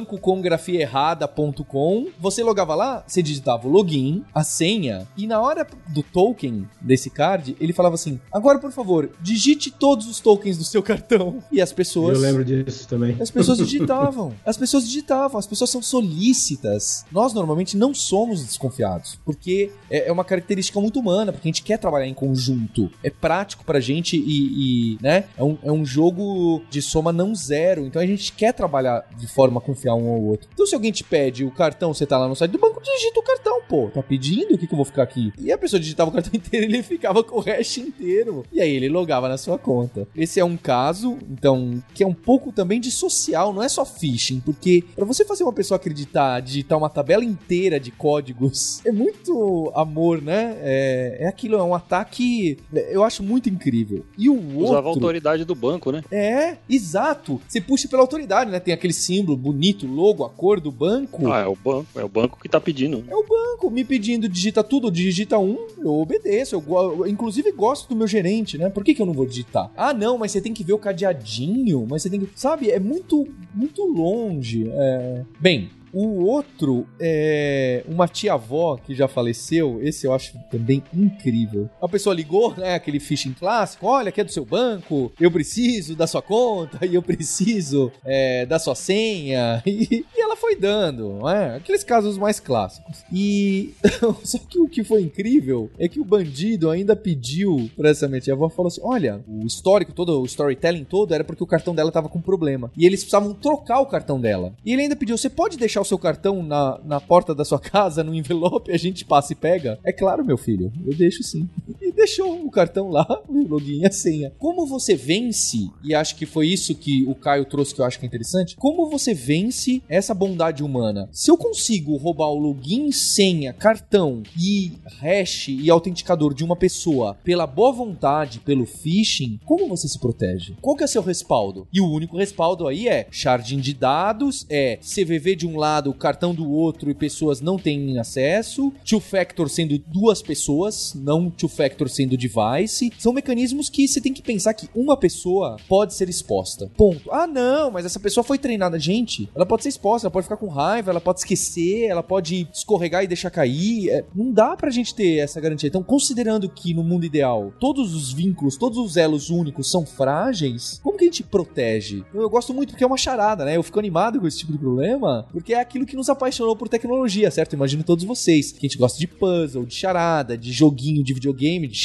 bancocomgrafieerrada.com. Você logava lá, você digitava o login, a senha, e na hora do token desse card, ele falava assim, agora, por favor, digite todos os tokens do seu cartão. E as pessoas... Eu lembro disso também. As pessoas digitavam. As pessoas são solícitas. Nós, normalmente, não somos desconfiados, porque é uma característica muito humana, porque a gente quer trabalhar em conjunto. É prático pra gente né? É um jogo de soma não zero, então a gente quer trabalhar de forma a confiar um ao outro. Então, se alguém te pede o cartão, você tá lá no site do banco, digita o cartão, pô. Tá pedindo? O que eu vou ficar aqui? E a pessoa digitava o cartão inteiro, ele ficava com o hash inteiro. E aí ele logava na sua conta. Esse é um caso, então, que é um pouco também de social, não é só phishing, porque pra você fazer uma pessoa acreditar, digitar uma tabela inteira de códigos, é muito amor, né? É aquilo, é um ataque, eu acho muito incrível. E o outro... Usava a autoridade do banco, né? É, exato. Você puxa pela autoridade, né? Tem aquele símbolo bonito, logo, a cor do banco. É o banco que tá pedindo. É o banco me pedindo, digita tudo, digita eu obedeço. Eu inclusive gosto do meu gerente, né? Por que eu não vou digitar? Ah, não, mas você tem que ver o cadeadinho, mas você tem que... Sabe, é muito, muito longe. Bem... O outro é uma tia-avó que já faleceu. Esse eu acho também incrível. A pessoa ligou, né? Aquele phishing clássico. Olha, aqui é do seu banco. Eu preciso da sua conta. E eu preciso da sua senha. E ela foi dando, não é? Aqueles casos mais clássicos. E só que o que foi incrível é que o bandido ainda pediu pra essa minha tia-avó. Falou assim, olha, o histórico todo, o storytelling todo era porque o cartão dela tava com problema. E eles precisavam trocar o cartão dela. E ele ainda pediu, você pode deixar o seu cartão na porta da sua casa, no envelope, a gente passa e pega? É claro, meu filho, eu deixo sim. E deixou o cartão lá, o login e a senha. Como você vence, e acho que foi isso que o Caio trouxe que eu acho que é interessante, como você vence essa bondade humana? Se eu consigo roubar o login, senha, cartão e hash e autenticador de uma pessoa pela boa vontade, pelo phishing, como você se protege? Qual que é o seu respaldo? E o único respaldo aí é sharding de dados, CVV de um lado, o cartão do outro e pessoas não têm acesso, two-factor sendo duas pessoas, não two-factor sendo device. São mecanismos que você tem que pensar que uma pessoa pode ser exposta. Ponto. Ah, não, mas essa pessoa foi treinada. Gente, ela pode ser exposta, ela pode ficar com raiva, ela pode esquecer, ela pode escorregar e deixar cair. Não dá pra gente ter essa garantia. Então, considerando que no mundo ideal todos os vínculos, todos os elos únicos são frágeis, como que a gente protege? Eu gosto muito porque é uma charada, né? Eu fico animado com esse tipo de problema, porque é aquilo que nos apaixonou por tecnologia, certo? Imagino todos vocês, que a gente gosta de puzzle, de charada, de joguinho de videogame, de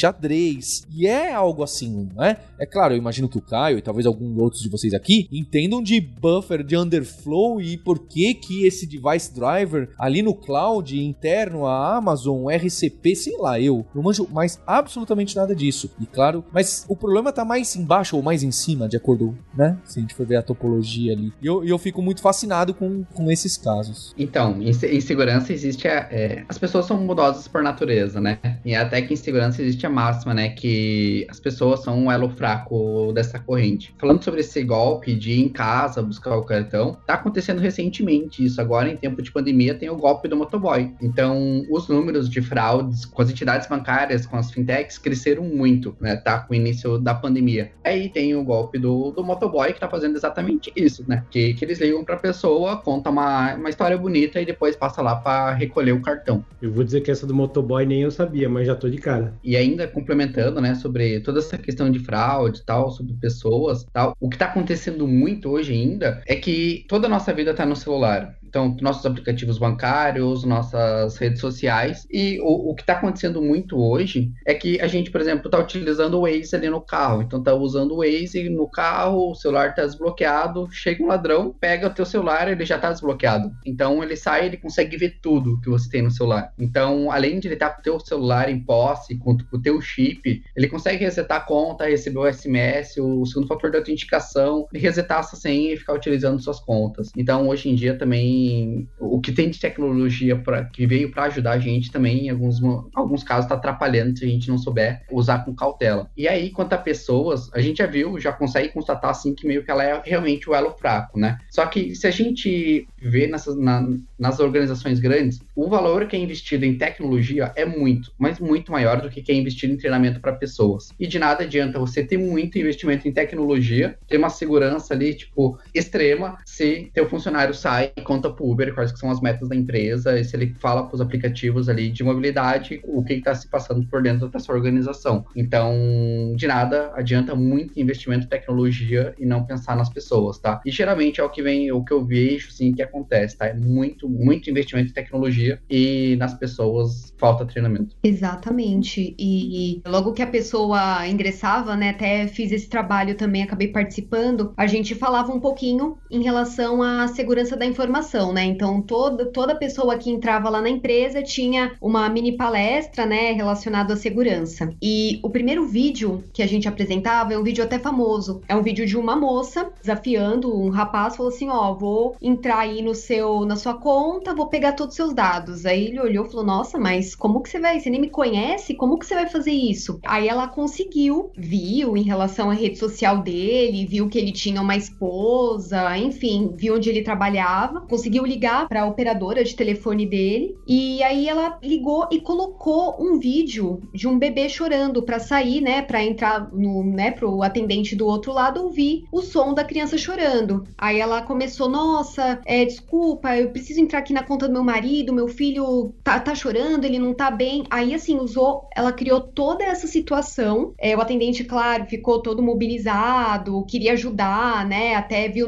xadrez. E é algo assim, né? É claro, eu imagino que o Caio e talvez alguns outros de vocês aqui entendam de buffer, de underflow e por que esse device driver ali no cloud interno, a Amazon, RCP, sei lá, eu não manjo mais absolutamente nada disso. E claro, mas o problema tá mais embaixo ou mais em cima, de acordo, né? Se a gente for ver a topologia ali. E eu fico muito fascinado com esses casos. Então, em segurança existe as pessoas são mudosas por natureza, né? E até que em segurança existe a máxima, né? Que as pessoas são um elo fraco dessa corrente. Falando sobre esse golpe de ir em casa buscar o cartão, tá acontecendo recentemente isso. Agora, em tempo de pandemia, tem o golpe do motoboy. Então, os números de fraudes com as entidades bancárias, com as fintechs, cresceram muito, né? Tá com o início da pandemia. Aí tem o golpe do motoboy que tá fazendo exatamente isso, né? Que eles ligam pra pessoa, conta uma história bonita e depois passa lá pra recolher o cartão. Eu vou dizer que essa do motoboy nem eu sabia, mas já tô de cara. E ainda complementando, né, sobre toda essa questão de fraude e tal, sobre pessoas e tal, o que tá acontecendo muito hoje ainda é que toda a nossa vida tá no celular. Então, nossos aplicativos bancários, nossas redes sociais. E o que está acontecendo muito hoje é que a gente, por exemplo, está utilizando o Waze ali no carro. Então, está usando o Waze no carro, o celular está desbloqueado, chega um ladrão, pega o teu celular, ele já está desbloqueado. Então, ele sai, ele consegue ver tudo que você tem no celular. Então, além de ele estar com o teu celular em posse, com o teu chip, ele consegue resetar a conta, receber o SMS, o segundo fator de autenticação, resetar essa senha e ficar utilizando suas contas. Então, hoje em dia também o que tem de tecnologia que veio para ajudar a gente também, em alguns casos, está atrapalhando se a gente não souber usar com cautela. E aí, quanto a pessoas, a gente já consegue constatar assim que meio que ela é realmente o elo fraco, né? Só que se a gente vê nas organizações grandes, o valor que é investido em tecnologia é muito, mas muito maior do que é investido em treinamento para pessoas. E de nada adianta você ter muito investimento em tecnologia, ter uma segurança ali, tipo, extrema, se teu funcionário sai e conta pro Uber quais que são as metas da empresa, e se ele fala pros aplicativos ali de mobilidade, o que está se passando por dentro dessa organização. Então, de nada adianta muito investimento em tecnologia e não pensar nas pessoas, tá? E geralmente é o que eu vejo, assim, que acontece, tá? É muito, muito investimento em tecnologia e nas pessoas falta treinamento. Exatamente. E logo que a pessoa ingressava, né, até fiz esse trabalho também, acabei participando, a gente falava um pouquinho em relação à segurança da informação, né? Então, toda pessoa que entrava lá na empresa tinha uma mini palestra, né, relacionada à segurança. E o primeiro vídeo que a gente apresentava é um vídeo até famoso. É um vídeo de uma moça desafiando um rapaz, falou assim, vou entrar aí na sua conta, vou pegar todos os seus dados. Aí ele olhou e falou, nossa, mas como que você nem me conhece? Como que você vai fazer isso? Aí ela conseguiu, viu em relação à rede social dele, viu que ele tinha uma esposa, enfim, viu onde ele trabalhava, conseguiu ligar para a operadora de telefone dele, e aí ela ligou e colocou um vídeo de um bebê chorando para sair, né, para entrar pro atendente do outro lado ouvir o som da criança chorando. Aí ela começou, nossa, desculpa, eu preciso entrar aqui na conta do meu marido, meu filho tá chorando, ele não tá bem. Aí, assim, ela criou toda essa situação, o atendente, claro, ficou todo mobilizado, queria ajudar, né, até viu,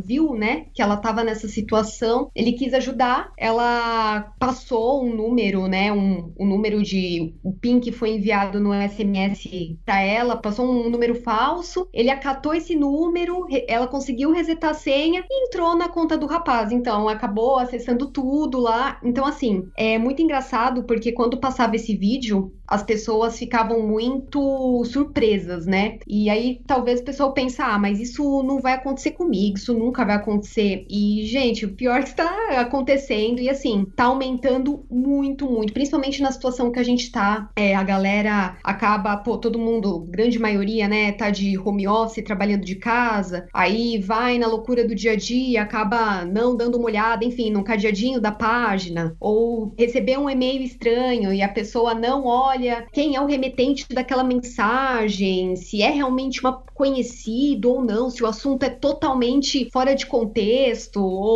né, que ela tava nessa situação, ele quis ajudar, ela passou um número, né, um número o PIN que foi enviado no SMS para ela, passou um número falso, ele acatou esse número, ela conseguiu resetar a senha e entrou na conta do rapaz, então acabou acessando tudo lá. Então, assim, é muito engraçado porque quando passava esse vídeo, as pessoas ficavam muito surpresas, né? E aí talvez o pessoal pense, mas isso não vai acontecer comigo, isso nunca vai acontecer. E, gente, o pior é que está acontecendo e, assim, tá aumentando muito, muito, principalmente na situação que a gente tá. A galera acaba, todo mundo, grande maioria, né, tá de home office, trabalhando de casa, aí vai na loucura do dia a dia, acaba não dando uma olhada, enfim, no cadeadinho da página, ou receber um e-mail estranho e a pessoa não olha quem é o remetente daquela mensagem, se é realmente conhecido ou não, se o assunto é totalmente fora de contexto, ou, gente,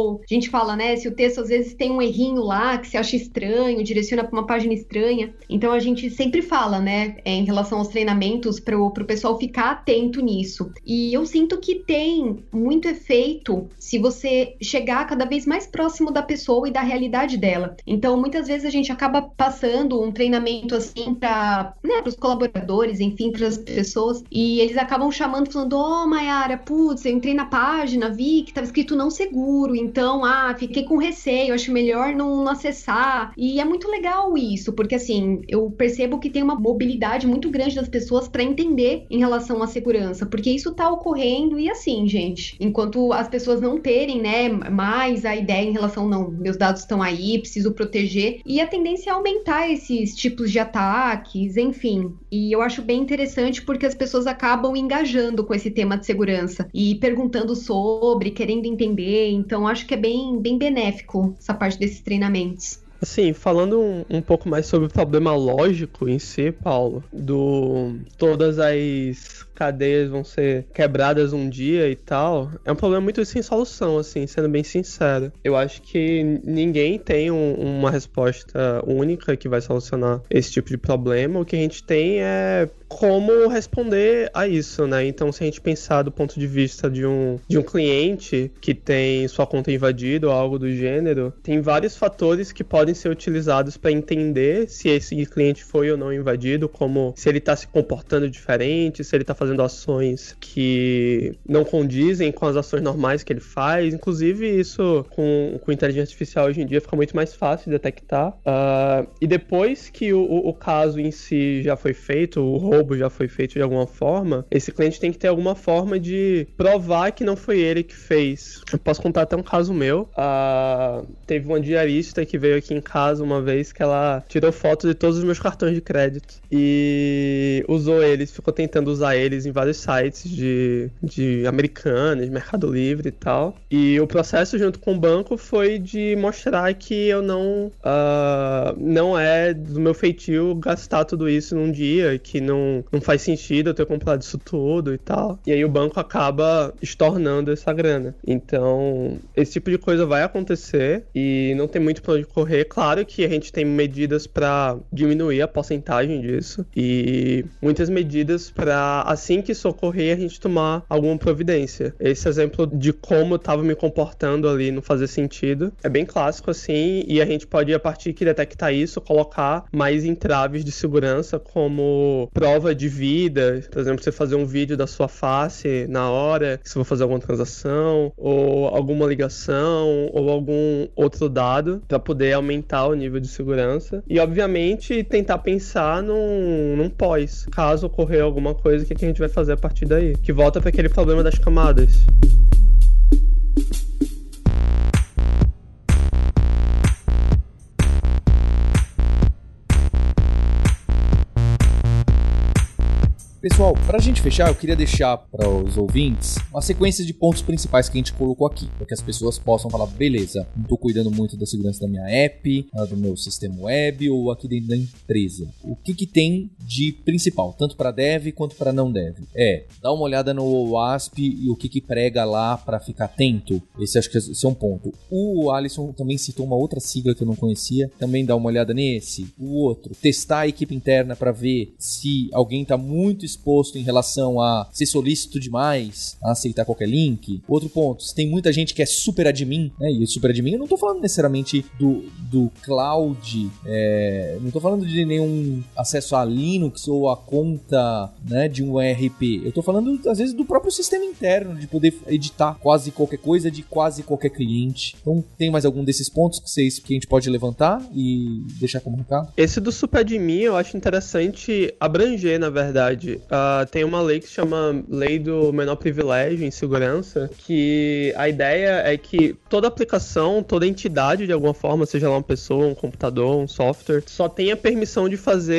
gente fala, né? Se o texto às vezes tem um errinho lá que você acha estranho, direciona para uma página estranha. Então a gente sempre fala, né, em relação aos treinamentos, pro pessoal ficar atento nisso. E eu sinto que tem muito efeito se você chegar cada vez mais próximo da pessoa e da realidade dela. Então muitas vezes a gente acaba passando um treinamento assim para, né, os colaboradores, enfim, para as pessoas, e eles acabam chamando, falando: Mayara, putz, eu entrei na página, vi que estava escrito não seguro, então, fiquei com receio, acho melhor não acessar. E é muito legal isso, porque assim, eu percebo que tem uma mobilidade muito grande das pessoas para entender em relação à segurança, porque isso tá ocorrendo. E assim, gente, enquanto as pessoas não terem, né, mais a ideia em relação, não, meus dados estão aí, preciso proteger, e a tendência é aumentar esses tipos de ataques, enfim. E eu acho bem interessante porque as pessoas acabam engajando com esse tema de segurança e perguntando sobre, querendo entender. Então acho que é bem benéfico essa parte desses treinamentos. Assim, falando um pouco mais sobre o problema lógico em si, Paulo, todas as cadeias vão ser quebradas um dia e tal, é um problema muito sem solução, assim, sendo bem sincero. Eu acho que ninguém tem uma resposta única que vai solucionar esse tipo de problema. O que a gente tem é como responder a isso, né? Então, se a gente pensar do ponto de vista de um cliente que tem sua conta invadida ou algo do gênero, tem vários fatores que podem ser utilizados para entender se esse cliente foi ou não invadido, como se ele está se comportando diferente, se ele está fazendo ações que não condizem com as ações normais que ele faz. Inclusive, isso com inteligência artificial hoje em dia fica muito mais fácil de detectar. E depois que o caso em si já foi feito, o roubo já foi feito de alguma forma, esse cliente tem que ter alguma forma de provar que não foi ele que fez. Eu posso contar até um caso meu. Teve uma diarista que veio aqui em casa uma vez que ela tirou foto de todos os meus cartões de crédito e usou eles, ficou tentando usar eles em vários sites de Americanas, Mercado Livre e tal. E o processo junto com o banco foi de mostrar que eu não é do meu feitio gastar tudo isso num dia, que não faz sentido eu ter comprado isso tudo e tal. E aí o banco acaba estornando essa grana. Então, esse tipo de coisa vai acontecer e não tem muito pra onde correr. Claro que a gente tem medidas pra diminuir a porcentagem disso e muitas medidas pra, assim que isso ocorrer, a gente tomar alguma providência. Esse exemplo de como eu tava me comportando ali não fazer sentido é bem clássico, assim, e a gente pode, a partir que detectar isso, colocar mais entraves de segurança, como prova de vida, por exemplo, você fazer um vídeo da sua face na hora que você for fazer alguma transação, ou alguma ligação, ou algum outro dado, para poder aumentar o nível de segurança. E, obviamente, tentar pensar num pós. Caso ocorrer alguma coisa, o que a gente vai fazer a partir daí? Que volta para aquele problema das camadas. Pessoal, pra gente fechar, eu queria deixar para os ouvintes uma sequência de pontos principais que a gente colocou aqui, para que as pessoas possam falar: beleza, não tô cuidando muito da segurança da minha app, do meu sistema web ou aqui dentro da empresa. O que tem de principal, tanto para dev quanto para não dev? Dá uma olhada no OWASP e o que prega lá para ficar atento. Acho que esse é um ponto. O Alisson também citou uma outra sigla que eu não conhecia, também dá uma olhada nesse. O outro, testar a equipe interna para ver se alguém tá muito exposto em relação a ser solícito demais, a aceitar qualquer link. Outro ponto, se tem muita gente que é super admin, né? E super admin, eu não tô falando necessariamente do cloud, não tô falando de nenhum acesso a Linux ou a conta, né, de um ERP. Eu tô falando, às vezes, do próprio sistema interno, de poder editar quase qualquer coisa de quase qualquer cliente. Então, tem mais algum desses pontos que a gente pode levantar e deixar como recado? Esse do super admin eu acho interessante abranger, na verdade. Tem uma lei que se chama Lei do Menor Privilégio em Segurança, que a ideia é que toda aplicação, toda entidade, de alguma forma, seja lá uma pessoa, um computador, um software, só tenha permissão de fazer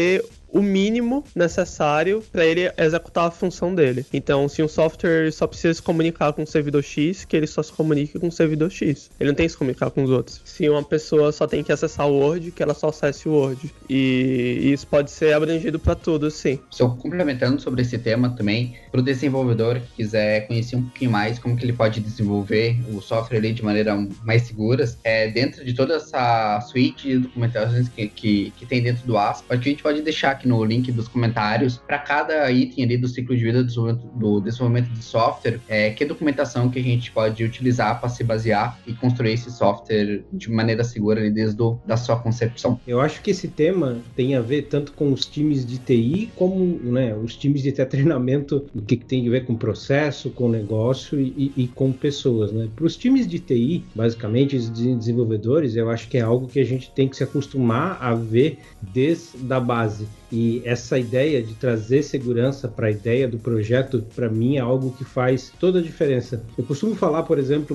o mínimo necessário para ele executar a função dele. Então, se um software só precisa se comunicar com o servidor X, que ele só se comunique com o servidor X. Ele não tem que se comunicar com os outros. Se uma pessoa só tem que acessar o Word, que ela só acesse o Word. E isso pode ser abrangido para tudo, sim. Só complementando sobre esse tema também, para o desenvolvedor que quiser conhecer um pouquinho mais como que ele pode desenvolver o software ali de maneira mais segura, dentro de toda essa suite de documentações que tem dentro do ASP, a gente pode deixar aqui no link dos comentários para cada item ali do ciclo de vida do desenvolvimento de software, que documentação que a gente pode utilizar para se basear e construir esse software de maneira segura ali desde da sua concepção. Eu acho que esse tema tem a ver tanto com os times de TI como, né, os times de treinamento, o que tem a ver com processo, com negócio e com pessoas, né? Para os times de TI, basicamente, os desenvolvedores, eu acho que é algo que a gente tem que se acostumar a ver desde a base. E essa ideia de trazer segurança para a ideia do projeto, para mim, é algo que faz toda a diferença. Eu costumo falar, por exemplo,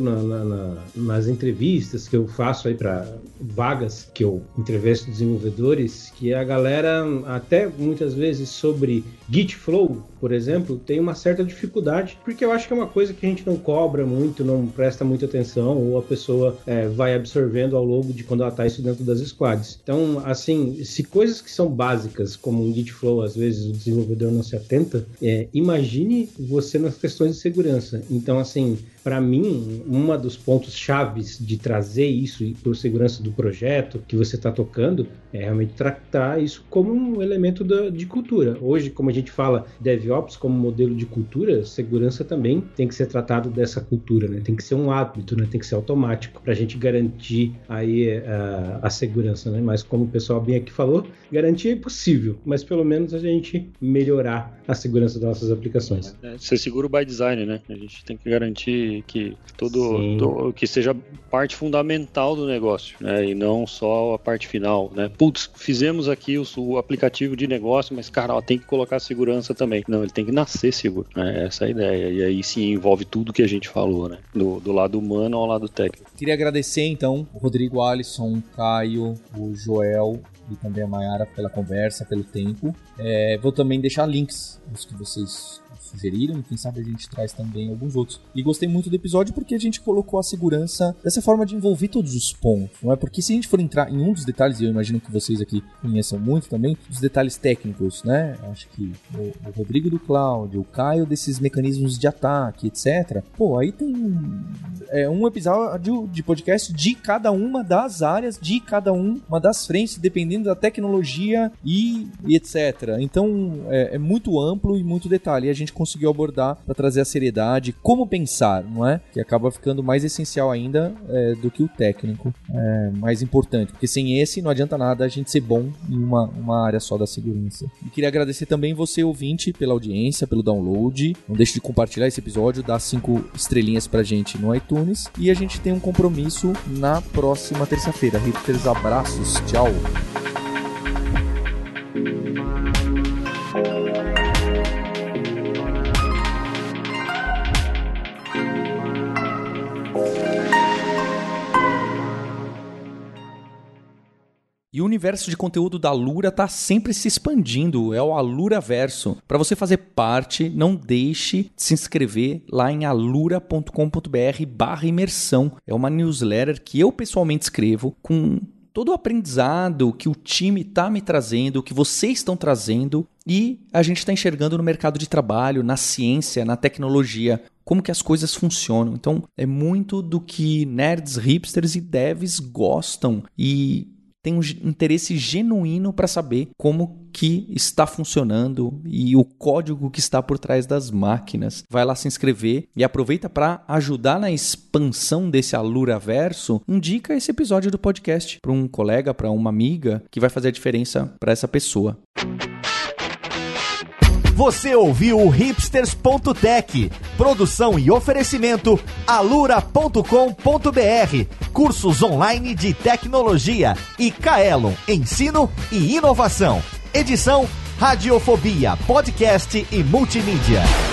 nas entrevistas que eu faço aí para vagas que eu entrevisto desenvolvedores, que a galera, até muitas vezes sobre Git Flow, por exemplo, tem uma certa dificuldade, porque eu acho que é uma coisa que a gente não cobra muito, não presta muita atenção, ou a pessoa vai absorvendo ao longo de quando ela está estudando das squads. Então, assim, se coisas que são básicas, como um Git Flow, às vezes o desenvolvedor não se atenta, imagine você nas questões de segurança. Então, assim, para mim, um dos pontos chaves de trazer isso por segurança do projeto que você está tocando é realmente tratar isso como um elemento de cultura. Hoje, como a gente fala DevOps como modelo de cultura, segurança também tem que ser tratado dessa cultura, né? Tem que ser um hábito, né? Tem que ser automático para a gente garantir aí a segurança, né? Mas como o pessoal bem aqui falou, garantir é impossível, mas pelo menos a gente melhorar a segurança das nossas aplicações. Ser seguro by design, né? A gente tem que garantir que que seja parte fundamental do negócio, né? E não só a parte final, né? Putz, fizemos aqui o aplicativo de negócio, mas, cara, tem que colocar segurança também. Não, ele tem que nascer seguro, né? Essa é a ideia. E aí sim envolve tudo que a gente falou, né? Do lado humano ao lado técnico. Queria agradecer, então, o Rodrigo, Alisson, o Caio, o Joel e também a Mayara pela conversa, pelo tempo. Vou também deixar links dos que vocês sugeriram, e quem sabe a gente traz também alguns outros. E gostei muito do episódio porque a gente colocou a segurança dessa forma de envolver todos os pontos, não é? Porque se a gente for entrar em um dos detalhes, e eu imagino que vocês aqui conheçam muito também, os detalhes técnicos, né? Acho que o Rodrigo do Cloud, o Caio desses mecanismos de ataque, etc. Pô, aí tem um episódio de podcast de cada uma das áreas, de cada uma das frentes, dependendo da tecnologia e etc. Então, é muito amplo e muito detalhe. E a gente conseguiu abordar para trazer a seriedade, como pensar, não é? Que acaba ficando mais essencial ainda do que o técnico, mais importante, porque sem esse não adianta nada a gente ser bom em uma área só da segurança. E queria agradecer também você, ouvinte, pela audiência, pelo download. Não deixe de compartilhar esse episódio, dar 5 estrelinhas pra gente no iTunes, e a gente tem um compromisso na próxima terça-feira. Hipsters, abraços, tchau! E o universo de conteúdo da Alura está sempre se expandindo, é o Aluraverso. Para você fazer parte, não deixe de se inscrever lá em alura.com.br/imersão. É uma newsletter que eu pessoalmente escrevo com todo o aprendizado que o time está me trazendo, que vocês estão trazendo, e a gente está enxergando no mercado de trabalho, na ciência, na tecnologia, como que as coisas funcionam. Então, é muito do que nerds, hipsters e devs gostam e tem um interesse genuíno para saber como que está funcionando e o código que está por trás das máquinas. Vai lá se inscrever e aproveita para ajudar na expansão desse Aluraverso. Indica esse episódio do podcast para um colega, para uma amiga, que vai fazer a diferença para essa pessoa. Você ouviu o hipsters.tech, produção e oferecimento alura.com.br, cursos online de tecnologia, e Kaelon, ensino e inovação. Edição Radiofobia, podcast e multimídia.